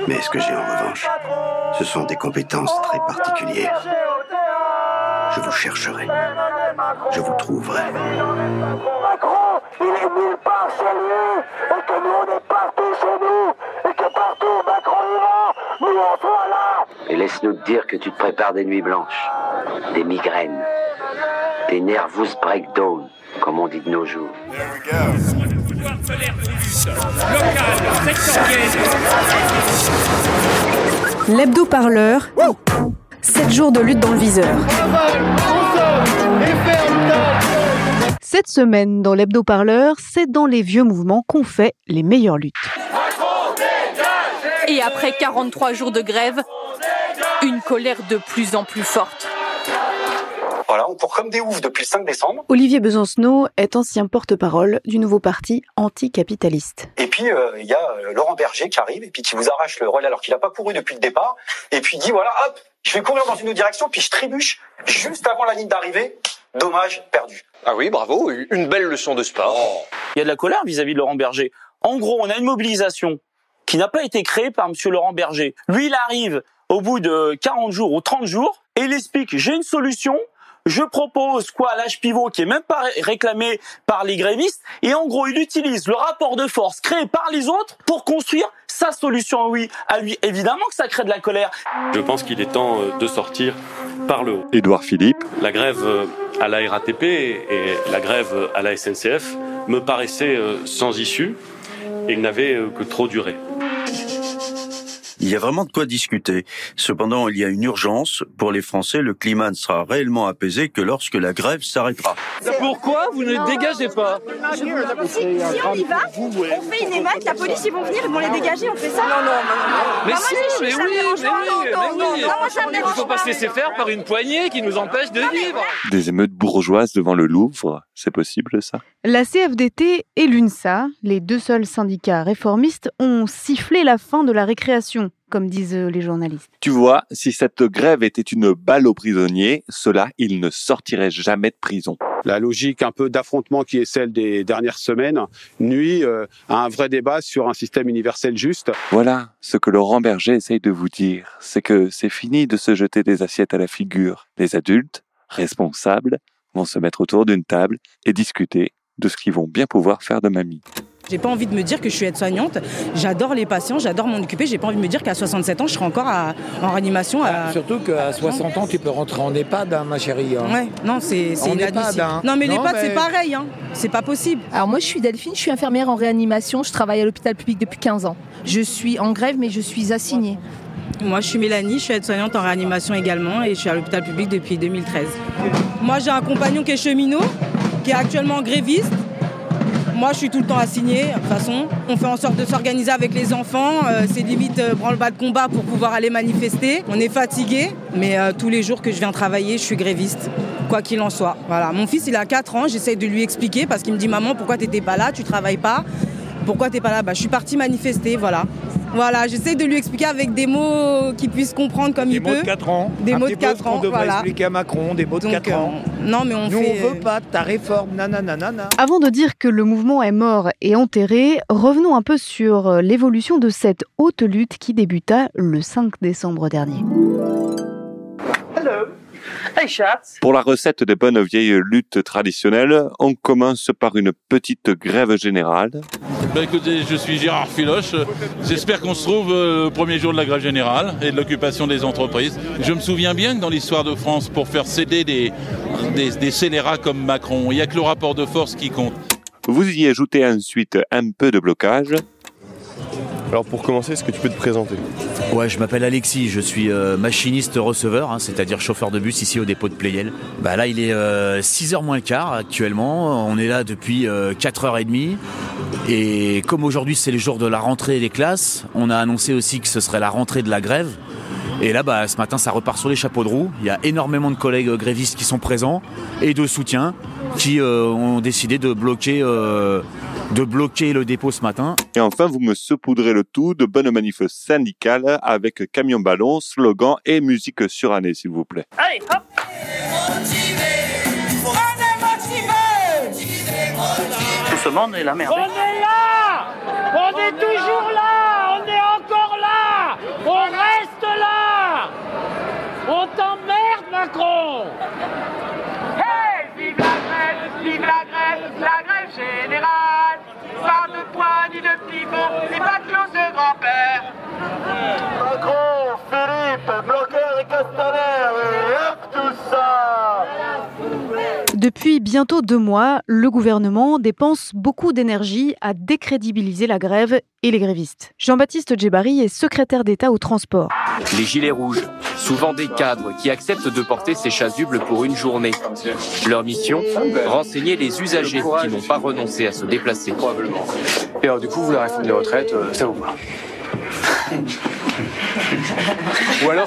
Mais ce que j'ai en revanche, ce sont des compétences très particulières. Je vous chercherai. Je vous trouverai. Macron, il est nulle part chez lui, et que nous on est partout chez nous, et que partout Macron y va, nous on soit là. Et laisse-nous te dire que tu te prépares des nuits blanches, des migraines, des nervous breakdown, comme on dit de nos jours. L'hebdo-parleur, 7 jours de lutte dans le viseur. Cette semaine, dans l'hebdo-parleur, c'est dans les vieux mouvements qu'on fait les meilleures luttes. Et après 43 jours de grève, une colère de plus en plus forte. Voilà, on court comme des oufs depuis le 5 décembre. Olivier Besancenot est ancien porte-parole du nouveau parti anticapitaliste. Et puis, il y a Laurent Berger qui arrive et puis qui vous arrache le relais alors qu'il n'a pas couru depuis le départ. Et puis il dit, voilà, hop, je vais courir dans une autre direction, puis je trébuche juste avant la ligne d'arrivée. Dommage, perdu. Ah oui, bravo, une belle leçon de sport. Il y a de la colère vis-à-vis de Laurent Berger. En gros, on a une mobilisation qui n'a pas été créée par monsieur Laurent Berger. Lui, il arrive au bout de 40 jours ou 30 jours et il explique, j'ai une solution. Je propose l'âge pivot qui est même pas réclamé par les grévistes et en gros il utilise le rapport de force créé par les autres pour construire sa solution à lui. Évidemment que ça crée de la colère. Je pense qu'il est temps de sortir par le haut. Édouard Philippe. La grève à la RATP et la grève à la SNCF me paraissaient sans issue et n'avaient que trop duré. Il y a vraiment de quoi discuter. Cependant, il y a une urgence. Pour les Français, le climat ne sera réellement apaisé que lorsque la grève s'arrêtera. Pourquoi vous ne dégagez pas? Si on y va, on fait une émeute, la police ils vont venir, ils vont les dégager, on fait ça. Non. Mais il ne faut pas se laisser faire par une poignée qui nous empêche de vivre. Des émeutes bourgeoises devant le Louvre, c'est possible ça? La CFDT et l'UNSA, les deux seuls syndicats réformistes, ont sifflé la fin de la récréation, comme disent les journalistes. Tu vois, si cette grève était une balle aux prisonniers, ceux-là, ils ne sortiraient jamais de prison. La logique un peu d'affrontement qui est celle des dernières semaines nuit à un vrai débat sur un système universel juste. Voilà, ce que Laurent Berger essaye de vous dire, c'est que c'est fini de se jeter des assiettes à la figure. Les adultes, responsables, vont se mettre autour d'une table et discuter de ce qu'ils vont bien pouvoir faire de mamie. J'ai pas envie de me dire que je suis aide-soignante. J'adore les patients, j'adore m'en occuper. J'ai pas envie de me dire qu'à 67 ans, je serai encore en réanimation. Surtout qu'à 60 ans, tu peux rentrer en EHPAD, ma chérie. Ouais, non, c'est inadmissible. Non, mais l'EHPAD, c'est pareil. C'est pas possible. Alors moi, je suis Delphine, je suis infirmière en réanimation. Je travaille à l'hôpital public depuis 15 ans. Je suis en grève, mais je suis assignée. Moi, je suis Mélanie, je suis aide-soignante en réanimation également et je suis à l'hôpital public depuis 2013. Moi, j'ai un compagnon qui est cheminot, qui est actuellement gréviste. Moi, je suis tout le temps assignée. De toute façon, on fait en sorte de s'organiser avec les enfants. C'est limite branle-bas de combat pour pouvoir aller manifester. On est fatigué, mais tous les jours que je viens travailler, je suis gréviste. Quoi qu'il en soit. Voilà. Mon fils, il a 4 ans. J'essaie de lui expliquer parce qu'il me dit « Maman, pourquoi t'étais pas là? Tu travailles pas? Pourquoi t'es pas là ?» Je suis partie manifester, voilà. Voilà, j'essaie de lui expliquer avec des mots qu'il puisse comprendre comme il peut. Des mots de 4 ans. Des mots de 4 ans, voilà. Expliquer à Macron, des mots de 4 ans. Non, mais on veut pas ta réforme, nanana. Avant de dire que le mouvement est mort et enterré, revenons un peu sur l'évolution de cette haute lutte qui débuta le 5 décembre dernier. Hello. Hey, chat. Pour la recette des bonnes vieilles luttes traditionnelles, on commence par une petite grève générale. Écoutez, je suis Gérard Filoche. J'espère qu'on se trouve le premier jour de la grève générale et de l'occupation des entreprises. Je me souviens bien que dans l'histoire de France, pour faire céder des scélérats comme Macron, il n'y a que le rapport de force qui compte. Vous y ajoutez ensuite un peu de blocage. Alors pour commencer, est-ce que tu peux te présenter ? Ouais, je m'appelle Alexis, je suis machiniste-receveur, c'est-à-dire chauffeur de bus ici au dépôt de Pleyel. Là, il est 6h moins le quart actuellement, on est là depuis 4h30. Et comme aujourd'hui c'est le jour de la rentrée des classes, on a annoncé aussi que ce serait la rentrée de la grève. Et là, ce matin, ça repart sur les chapeaux de roue. Il y a énormément de collègues grévistes qui sont présents et de soutien qui ont décidé de bloquer le dépôt ce matin. Et enfin, vous me saupoudrez le tout de bonnes manifs syndicales avec camion ballon, slogan et musique surannée, s'il vous plaît. Allez, hop! Tout ce monde est la merde. On est là! On est toujours là! On est encore là! Macron, Philippe, Blanquer et Castaner, et hop tout ça. Depuis bientôt 2 mois, le gouvernement dépense beaucoup d'énergie à décrédibiliser la grève et les grévistes. Jean-Baptiste Djebari est secrétaire d'État au transport. Les gilets rouges, souvent des cadres qui acceptent de porter ces chasubles pour une journée. Leur mission, renseigner les usagers qui n'ont pas renoncé à se déplacer. Et alors du coup, vous, la réforme des retraites, ça vous va? Ou alors,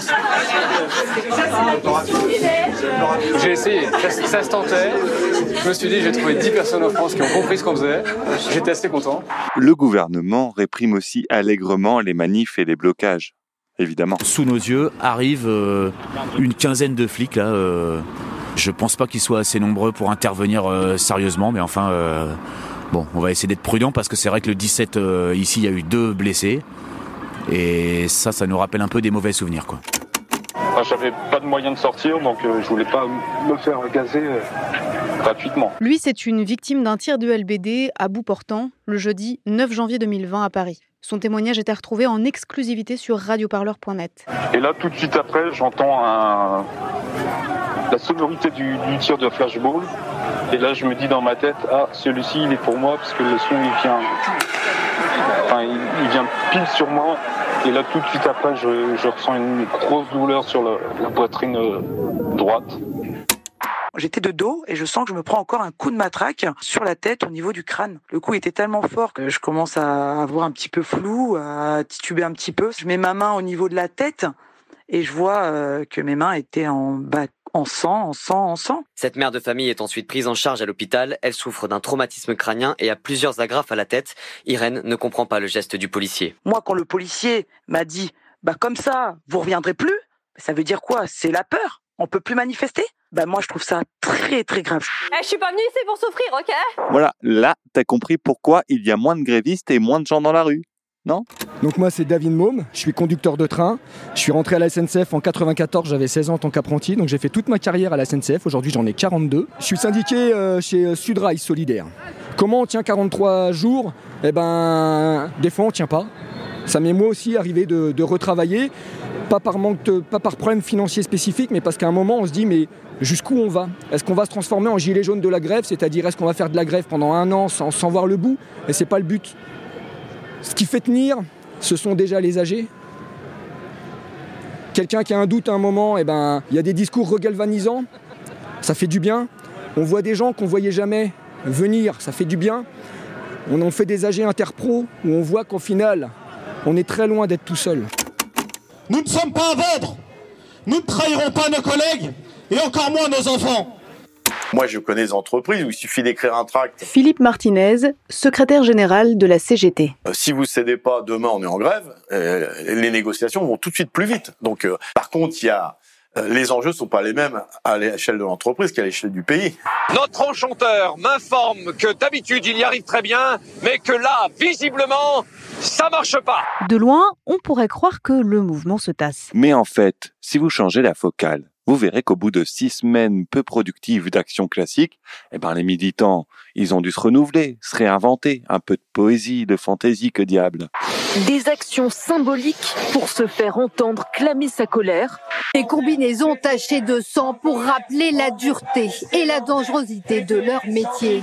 j'ai essayé, ça se tentait. Je me suis dit, j'ai trouvé 10 personnes en France qui ont compris ce qu'on faisait. J'étais assez content. Le gouvernement réprime aussi allègrement les manifs et les blocages, évidemment. Sous nos yeux arrive une quinzaine de flics là. Je pense pas qu'ils soient assez nombreux pour intervenir sérieusement, mais enfin, bon, on va essayer d'être prudent parce que c'est vrai que le 17 ici, il y a eu 2 blessés. Et ça nous rappelle un peu des mauvais souvenirs, quoi. J'avais pas de moyen de sortir, donc je voulais pas me faire gazer gratuitement. Lui, c'est une victime d'un tir de LBD à bout portant, le jeudi 9 janvier 2020 à Paris. Son témoignage était retrouvé en exclusivité sur radioparleur.net. Et là, tout de suite après, j'entends la sonorité du tir de flashball. Et là, je me dis dans ma tête, ah, celui-ci, il est pour moi, parce que le son, il vient pile sur moi. Et là, tout de suite après, je ressens une grosse douleur sur la poitrine droite. J'étais de dos et je sens que je me prends encore un coup de matraque sur la tête au niveau du crâne. Le coup était tellement fort que je commence à avoir un petit peu flou, à tituber un petit peu. Je mets ma main au niveau de la tête et je vois que mes mains étaient en sang. Cette mère de famille est ensuite prise en charge à l'hôpital. Elle souffre d'un traumatisme crânien et a plusieurs agrafes à la tête. Irène ne comprend pas le geste du policier. Moi, quand le policier m'a dit « comme ça, vous reviendrez plus », ça veut dire quoi? C'est la peur? On peut plus manifester? Moi, je trouve ça très, très grave. Je suis pas venue ici pour souffrir, ok? Voilà, là, t'as compris pourquoi il y a moins de grévistes et moins de gens dans la rue, non? Donc moi, c'est David Môme, je suis conducteur de train. Je suis rentré à la SNCF en 94, j'avais 16 ans en tant qu'apprenti, donc j'ai fait toute ma carrière à la SNCF. Aujourd'hui, j'en ai 42. Je suis syndiqué chez Sudrail Solidaire. Comment on tient 43 jours? Des fois, on tient pas. Ça m'est moi aussi arrivé de retravailler, pas par problème financier spécifique, mais parce qu'à un moment, on se dit, mais jusqu'où on va? Est-ce qu'on va se transformer en gilet jaune de la grève? C'est-à-dire, est-ce qu'on va faire de la grève pendant 1 an sans voir le bout? Et c'est pas le but. Ce qui fait tenir, ce sont déjà les âgés. Quelqu'un qui a un doute à un moment, il y a des discours regalvanisants, ça fait du bien. On voit des gens qu'on voyait jamais venir, ça fait du bien. On en fait des AG interpro où on voit qu'au final, on est très loin d'être tout seul. Nous ne sommes pas à vendre. Nous ne trahirons pas nos collègues et encore moins nos enfants. Moi, je connais des entreprises où il suffit d'écrire un tract. Philippe Martinez, secrétaire général de la CGT. Si vous ne cédez pas, demain on est en grève, les négociations vont tout de suite plus vite. Donc, par contre, les enjeux sont pas les mêmes à l'échelle de l'entreprise qu'à l'échelle du pays. Notre enchanteur m'informe que d'habitude il y arrive très bien, mais que là, visiblement, ça marche pas. De loin, on pourrait croire que le mouvement se tasse. Mais en fait, si vous changez la focale, vous verrez qu'au bout de 6 semaines peu productives d'action classique, les militants, ils ont dû se renouveler, se réinventer, un peu de poésie, de fantaisie, que diable. Des actions symboliques pour se faire entendre clamer sa colère. Des combinaisons tachées de sang pour rappeler la dureté et la dangerosité de leur métier.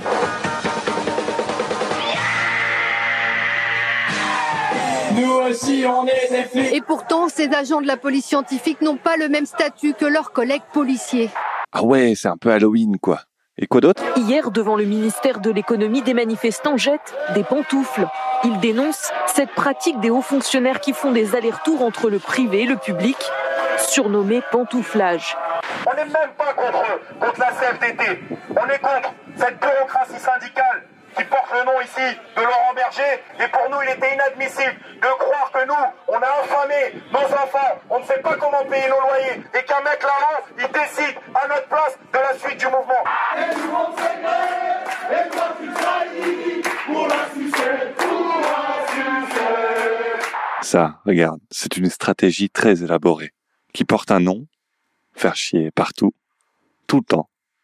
Nous aussi, on est des flics. Et pourtant, ces agents de la police scientifique n'ont pas le même statut que leurs collègues policiers. Ah ouais, c'est un peu Halloween, quoi. Et quoi d'autre? Hier, devant le ministère de l'économie, des manifestants jettent des pantoufles. Ils dénoncent cette pratique des hauts fonctionnaires qui font des allers-retours entre le privé et le public, surnommé pantouflage. On n'est même pas contre eux, contre la CFDT. On est contre cette bureaucratie syndicale qui porte le nom ici de Laurent Berger. Et pour nous, il était inadmissible de croire que nous, on a affamé nos enfants, on ne sait pas comment payer nos loyers, et qu'un mec là-haut, il décide à notre place de la suite du mouvement. Et nous, on s'est et toi, tu trahis pour la succès, pour la succès. Ça, regarde, c'est une stratégie très élaborée, qui porte un nom, faire chier partout, tout le temps,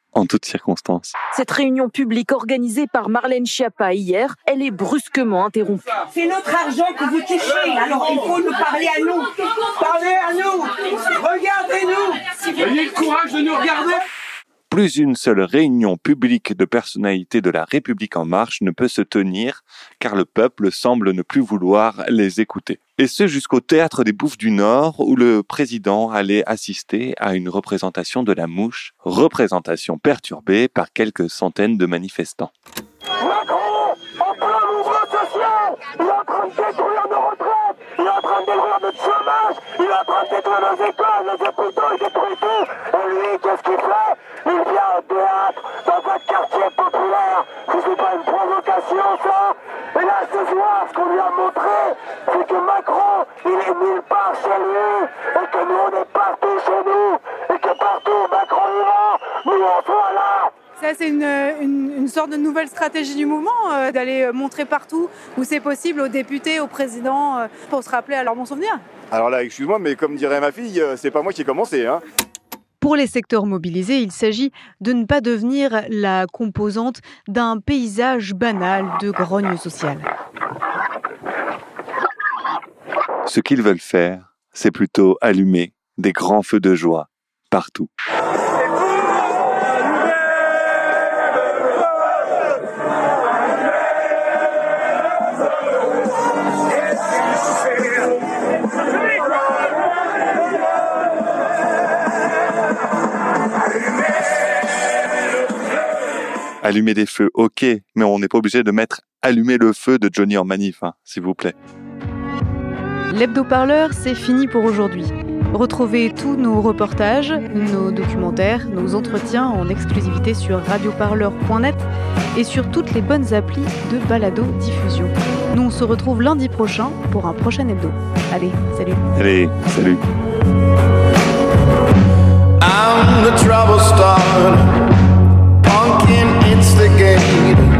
en toutes circonstances. Cette réunion publique organisée par Marlène Schiappa hier, elle est brusquement interrompue. C'est notre argent que vous touchez, alors il faut nous parler à nous. Parlez à nous, regardez-nous. Ayez le courage de nous regarder. Plus une seule réunion publique de personnalités de la République en marche ne peut se tenir, car le peuple semble ne plus vouloir les écouter. Et ce jusqu'au Théâtre des Bouffes du Nord, où le président allait assister à une représentation de la mouche, représentation perturbée par quelques centaines de manifestants. Macron, en plein mouvement social, il est en train de détruire nos retraites, il est en train de détruire notre chômage, il est en train de détruire nos écoles, nos hôpitaux, il détruit tout. Et lui, qu'est-ce qu'il fait? Il vient au théâtre, dans un quartier populaire. Si c'est pas une provocation, ça. Et là, ce soir, ce qu'on lui a montré, c'est que Macron, il est nulle part chez lui, et que nous, on est partout chez nous, et que partout Macron y va, nous, on soit là. Ça, c'est une sorte de nouvelle stratégie du mouvement, d'aller montrer partout où c'est possible aux députés, aux présidents, pour se rappeler à leurs bons souvenirs. Alors là, excuse-moi, mais comme dirait ma fille, c'est pas moi qui ai commencé, hein. Pour les secteurs mobilisés, il s'agit de ne pas devenir la composante d'un paysage banal de grogne sociale. Ce qu'ils veulent faire, c'est plutôt allumer des grands feux de joie partout. Allumer des feux, ok, mais on n'est pas obligé de mettre « allumer le feu » de Johnny en manif, hein, s'il vous plaît. L'hebdo-parleur, c'est fini pour aujourd'hui. Retrouvez tous nos reportages, nos documentaires, nos entretiens en exclusivité sur radioparleur.net et sur toutes les bonnes applis de balado-diffusion. Nous, on se retrouve lundi prochain pour un prochain hebdo. Allez, salut. Allez, salut. I'm the trouble starter. Pumpkin, it's the game.